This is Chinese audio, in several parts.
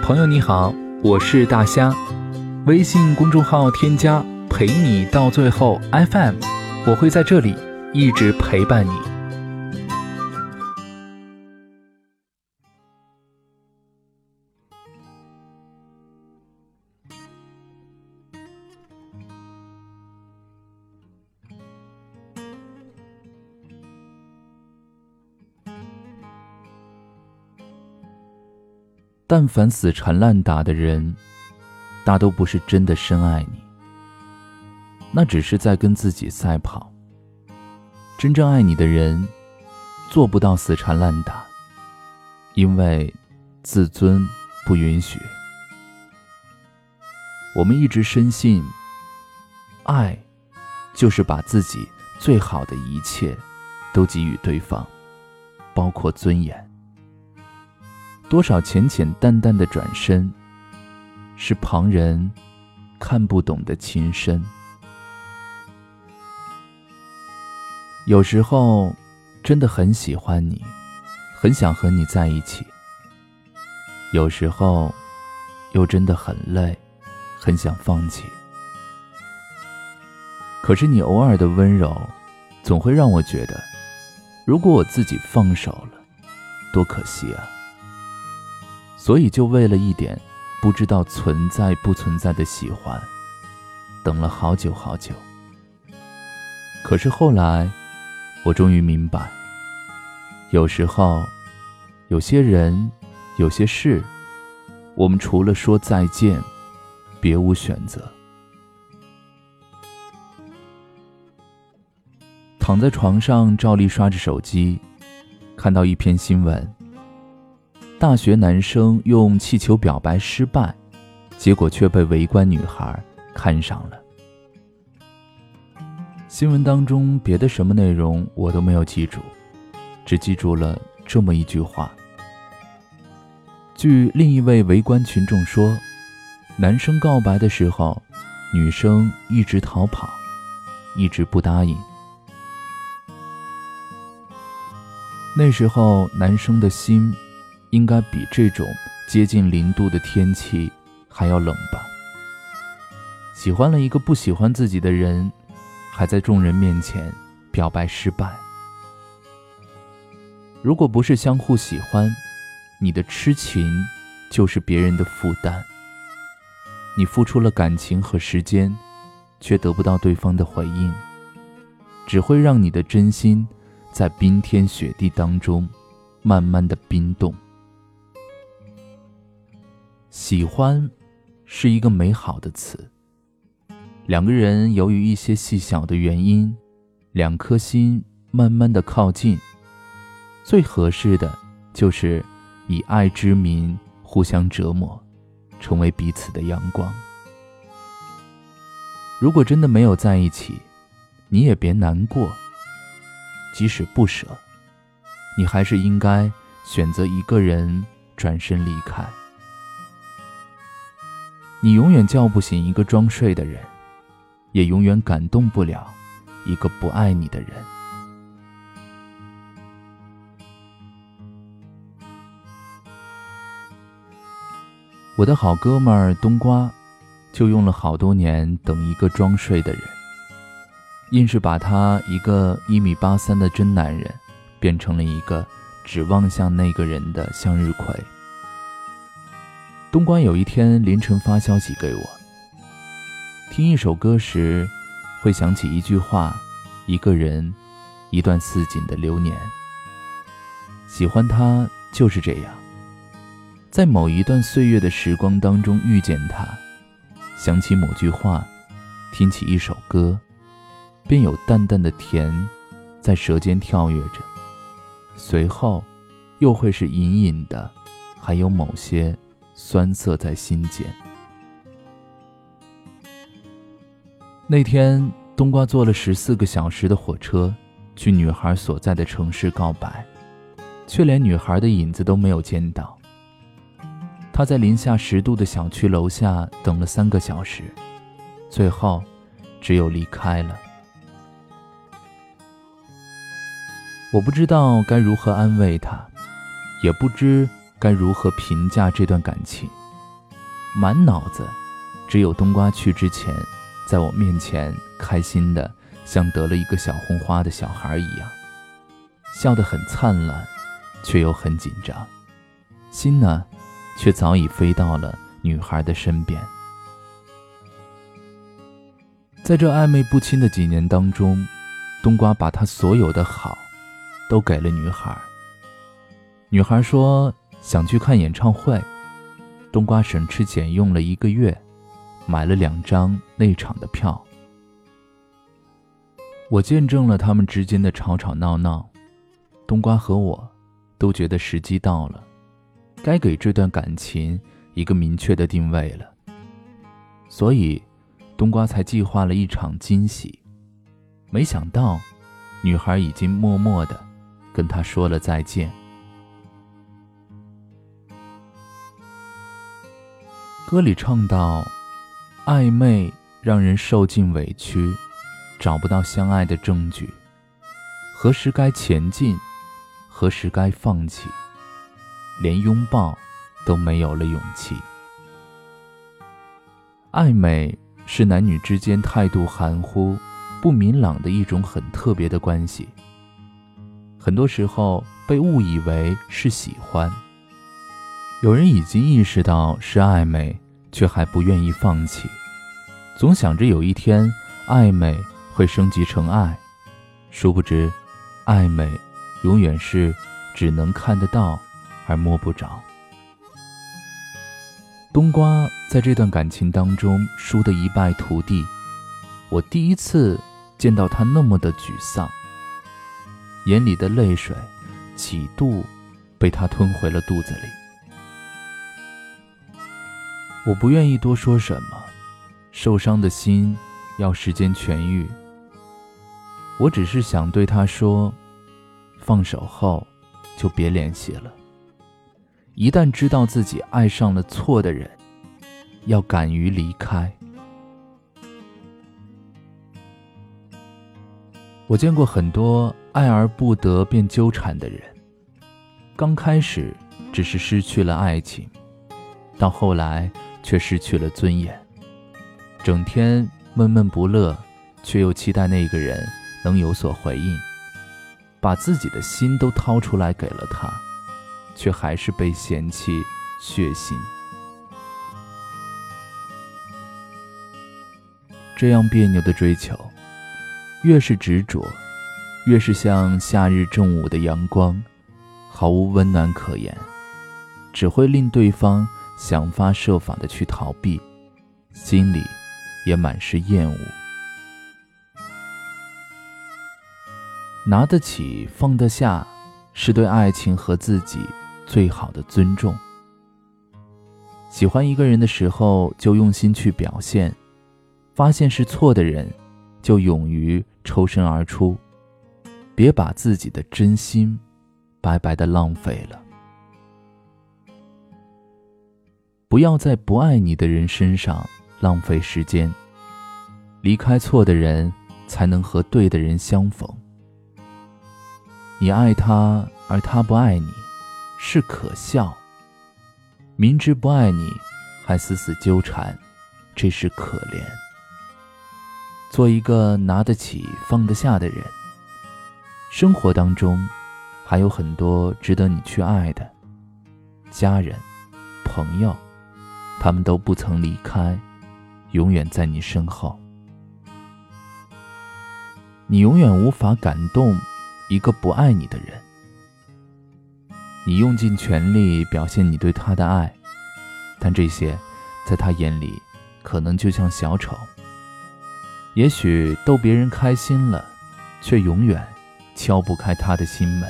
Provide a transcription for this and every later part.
朋友你好，我是大虾，微信公众号添加陪你到最后 FM， 我会在这里一直陪伴你。但凡死缠烂打的人，大都不是真的深爱你，那只是在跟自己赛跑。真正爱你的人，做不到死缠烂打，因为自尊不允许。我们一直深信，爱就是把自己最好的一切都给予对方，包括尊严。多少浅浅淡淡的转身，是旁人看不懂的情深。有时候真的很喜欢你，很想和你在一起，有时候又真的很累，很想放弃。可是你偶尔的温柔，总会让我觉得，如果我自己放手了，多可惜啊。所以就为了一点不知道存在不存在的喜欢，等了好久好久。可是后来我终于明白，有时候有些人有些事，我们除了说再见别无选择。躺在床上照例刷着手机，看到一篇新闻，大学男生用气球表白失败，结果却被围观女孩看上了。新闻当中别的什么内容我都没有记住，只记住了这么一句话。据另一位围观群众说，男生告白的时候，女生一直逃跑，一直不答应。那时候男生的心应该比这种接近0度的天气还要冷吧。喜欢了一个不喜欢自己的人，还在众人面前表白失败。如果不是相互喜欢，你的痴情就是别人的负担。你付出了感情和时间，却得不到对方的回应，只会让你的真心在冰天雪地当中慢慢的冰冻。喜欢是一个美好的词，两个人由于一些细小的原因，两颗心慢慢的靠近，最合适的就是以爱之名互相折磨，成为彼此的阳光。如果真的没有在一起，你也别难过，即使不舍，你还是应该选择一个人转身离开。你永远叫不醒一个装睡的人，也永远感动不了一个不爱你的人。我的好哥们儿冬瓜就用了好多年等一个装睡的人，硬是把他一个1.83米的真男人变成了一个只望向那个人的向日葵。冬瓜有一天凌晨发消息给我，听一首歌时会想起一句话，一个人，一段似锦的流年。喜欢他就是这样，在某一段岁月的时光当中遇见他，想起某句话，听起一首歌，便有淡淡的甜在舌尖跳跃着，随后又会是隐隐的，还有某些酸涩在心间。那天冬瓜坐了14个小时的火车去女孩所在的城市告白，却连女孩的影子都没有见到。他在零下10度的小区楼下等了3个小时，最后只有离开了。我不知道该如何安慰他，也不知该如何评价这段感情。 满脑子只有冬瓜去之前在我面前开心的像得了一个小红花的小孩一样，笑得很灿烂，却又很紧张，心呢却早已飞到了女孩的身边。在这暧昧不清的几年当中，冬瓜把他所有的好都给了女孩。女孩说想去看演唱会，冬瓜省吃俭用了1个月，买了2张内场的票。我见证了他们之间的吵吵闹闹，冬瓜和我都觉得时机到了，该给这段感情一个明确的定位了，所以冬瓜才计划了一场惊喜。没想到女孩已经默默地跟他说了再见。歌里唱到，暧昧让人受尽委屈，找不到相爱的证据，何时该前进，何时该放弃，连拥抱都没有了勇气。暧昧是男女之间态度含糊不明朗的一种很特别的关系，很多时候被误以为是喜欢。有人已经意识到是暧昧，却还不愿意放弃，总想着有一天暧昧会升级成爱，殊不知暧昧永远是只能看得到而摸不着。冬瓜在这段感情当中输得一败涂地，我第一次见到他那么的沮丧，眼里的泪水几度被他吞回了肚子里。我不愿意多说什么，受伤的心要时间痊愈。我只是想对他说，放手后就别联系了。一旦知道自己爱上了错的人，要敢于离开。我见过很多爱而不得便纠缠的人，刚开始只是失去了爱情，到后来却失去了尊严，整天闷闷不乐，却又期待那个人能有所回应，把自己的心都掏出来给了他，却还是被嫌弃血腥。这样别扭的追求，越是执着，越是像夏日正午的阳光，毫无温暖可言，只会令对方想方设法地去逃避，心里也满是厌恶。拿得起放得下，是对爱情和自己最好的尊重。喜欢一个人的时候就用心去表现，发现是错的人就勇于抽身而出，别把自己的真心白白地浪费了。不要在不爱你的人身上浪费时间，离开错的人，才能和对的人相逢。你爱他而他不爱你，是可笑；明知不爱你还死死纠缠，这是可怜。做一个拿得起放得下的人，生活当中还有很多值得你去爱的家人、朋友，他们都不曾离开，永远在你身后。你永远无法感动一个不爱你的人，你用尽全力表现你对他的爱，但这些在他眼里可能就像小丑，也许逗别人开心了，却永远敲不开他的心门。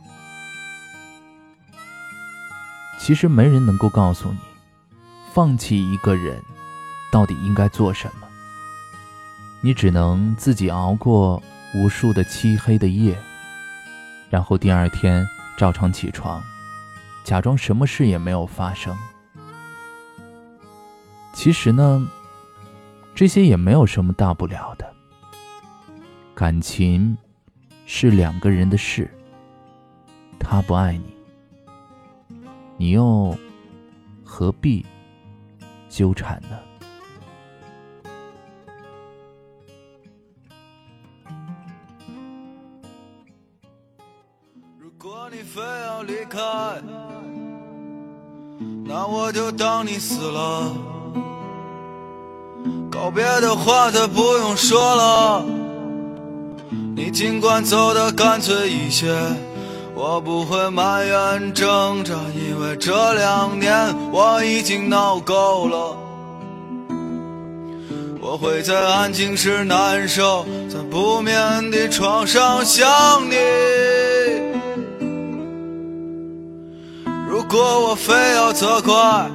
其实没人能够告诉你，放弃一个人到底应该做什么，你只能自己熬过无数的漆黑的夜，然后第二天照常起床，假装什么事也没有发生。其实呢，这些也没有什么大不了的。感情是两个人的事，他不爱你，你又何必纠缠呢？ 如果你非要离开，那我就当你死了，告别的话再不用说了，你尽管走得干脆一些，我不会埋怨挣扎，因为这2年我已经闹够了。我会在安静时难受，在不眠的床上想你。如果我非要责怪，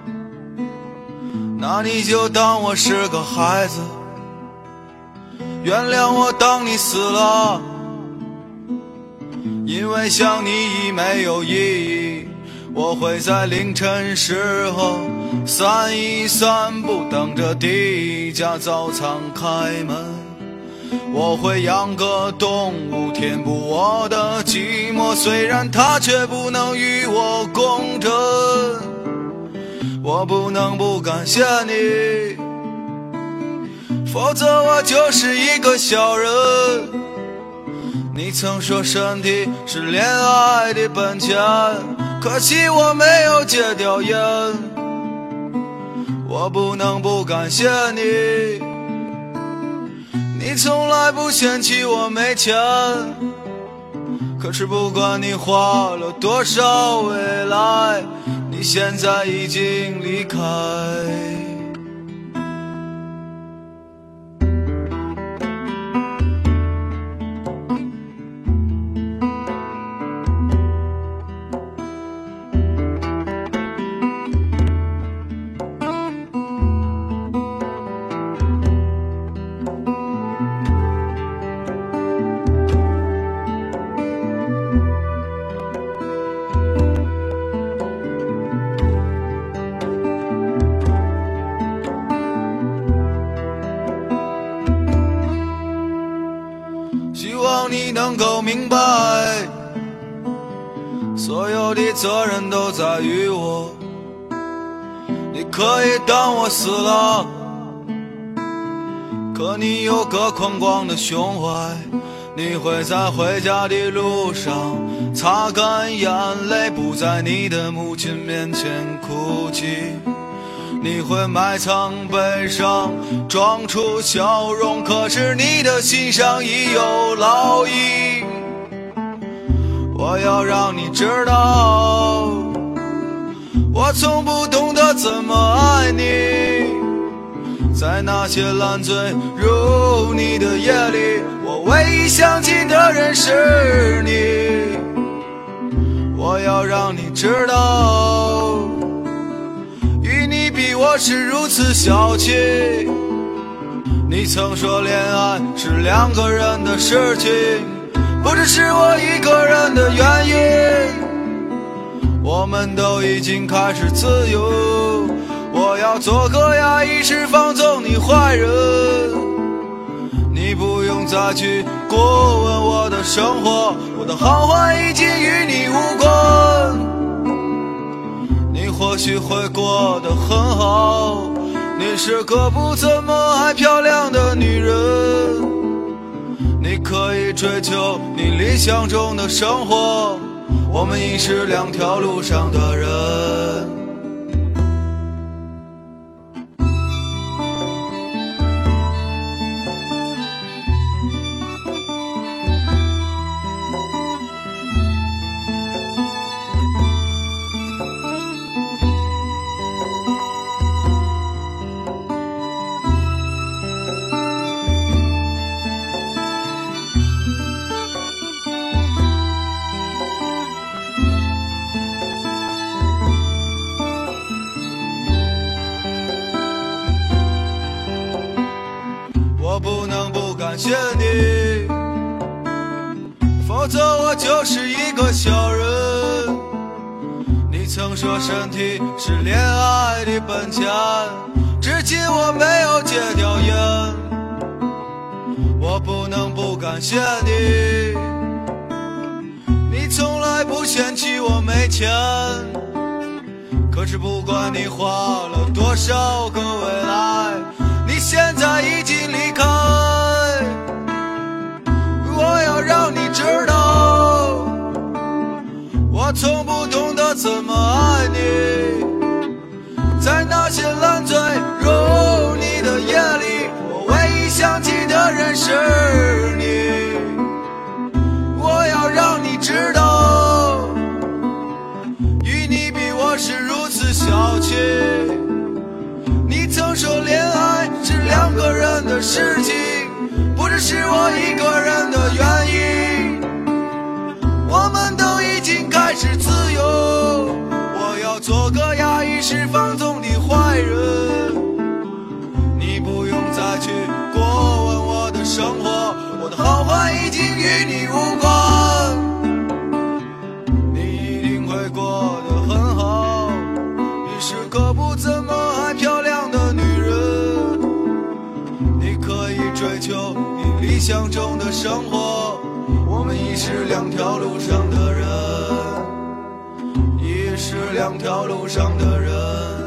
那你就当我是个孩子，原谅我当你死了，因为想你已没有意义。我会在凌晨时候散一散步，等着第一家早餐开门。我会养个动物填补我的寂寞，虽然它却不能与我共振。我不能不感谢你，否则我就是一个小人。你曾说身体是恋爱的本钱，可惜我没有戒掉烟。我不能不感谢你，你从来不嫌弃我没钱，可是不管你花了多少未来，你现在已经离开。希望你能够明白，所有的责任都在于我。你可以当我死了，可你有个宽广的胸怀，你会在回家的路上擦干眼泪，不在你的母亲面前哭泣。你会埋藏悲伤，装出笑容，可是你的心上已有烙印。我要让你知道，我从不懂得怎么爱你。在那些烂醉如泥的夜里，我唯一想起的人是你。我要让你知道，与你比我是如此小气。你曾说恋爱是2个人的事情，不只是我一个人的原因。我们都已经开始自由，我要做个压抑释放纵你坏人。你不用再去过问我的生活，我的好坏已经与你无关。你或许会过得很好，你是个不怎么爱漂亮的女人。你可以追求你理想中的生活，我们已是2条路上的人。我不能不感谢你，否则我就是一个小人。你曾说身体是恋爱的本钱，至今我没有戒掉烟。我不能不感谢你，你从来不嫌弃我没钱， 可是不管你花了多少个未来，你现在已经离开。我要让你知道，我从不懂得怎么爱你。在那些烂醉如泥的夜里，我唯一想起的人是你。我要让你知道，与你比我是如此小气。你曾说恋爱是两个人的事情，不只是我一个人的原因。我们都已经开始自由，我要做个压抑释放纵的坏人。你不用再去过问我的生活，我的好坏已经与你无关。你一定会过得很好，你是个不怎么爱漂亮的女人。你可以追求你理想中的生活，我们已是两条路上的人，已是两条路上的人。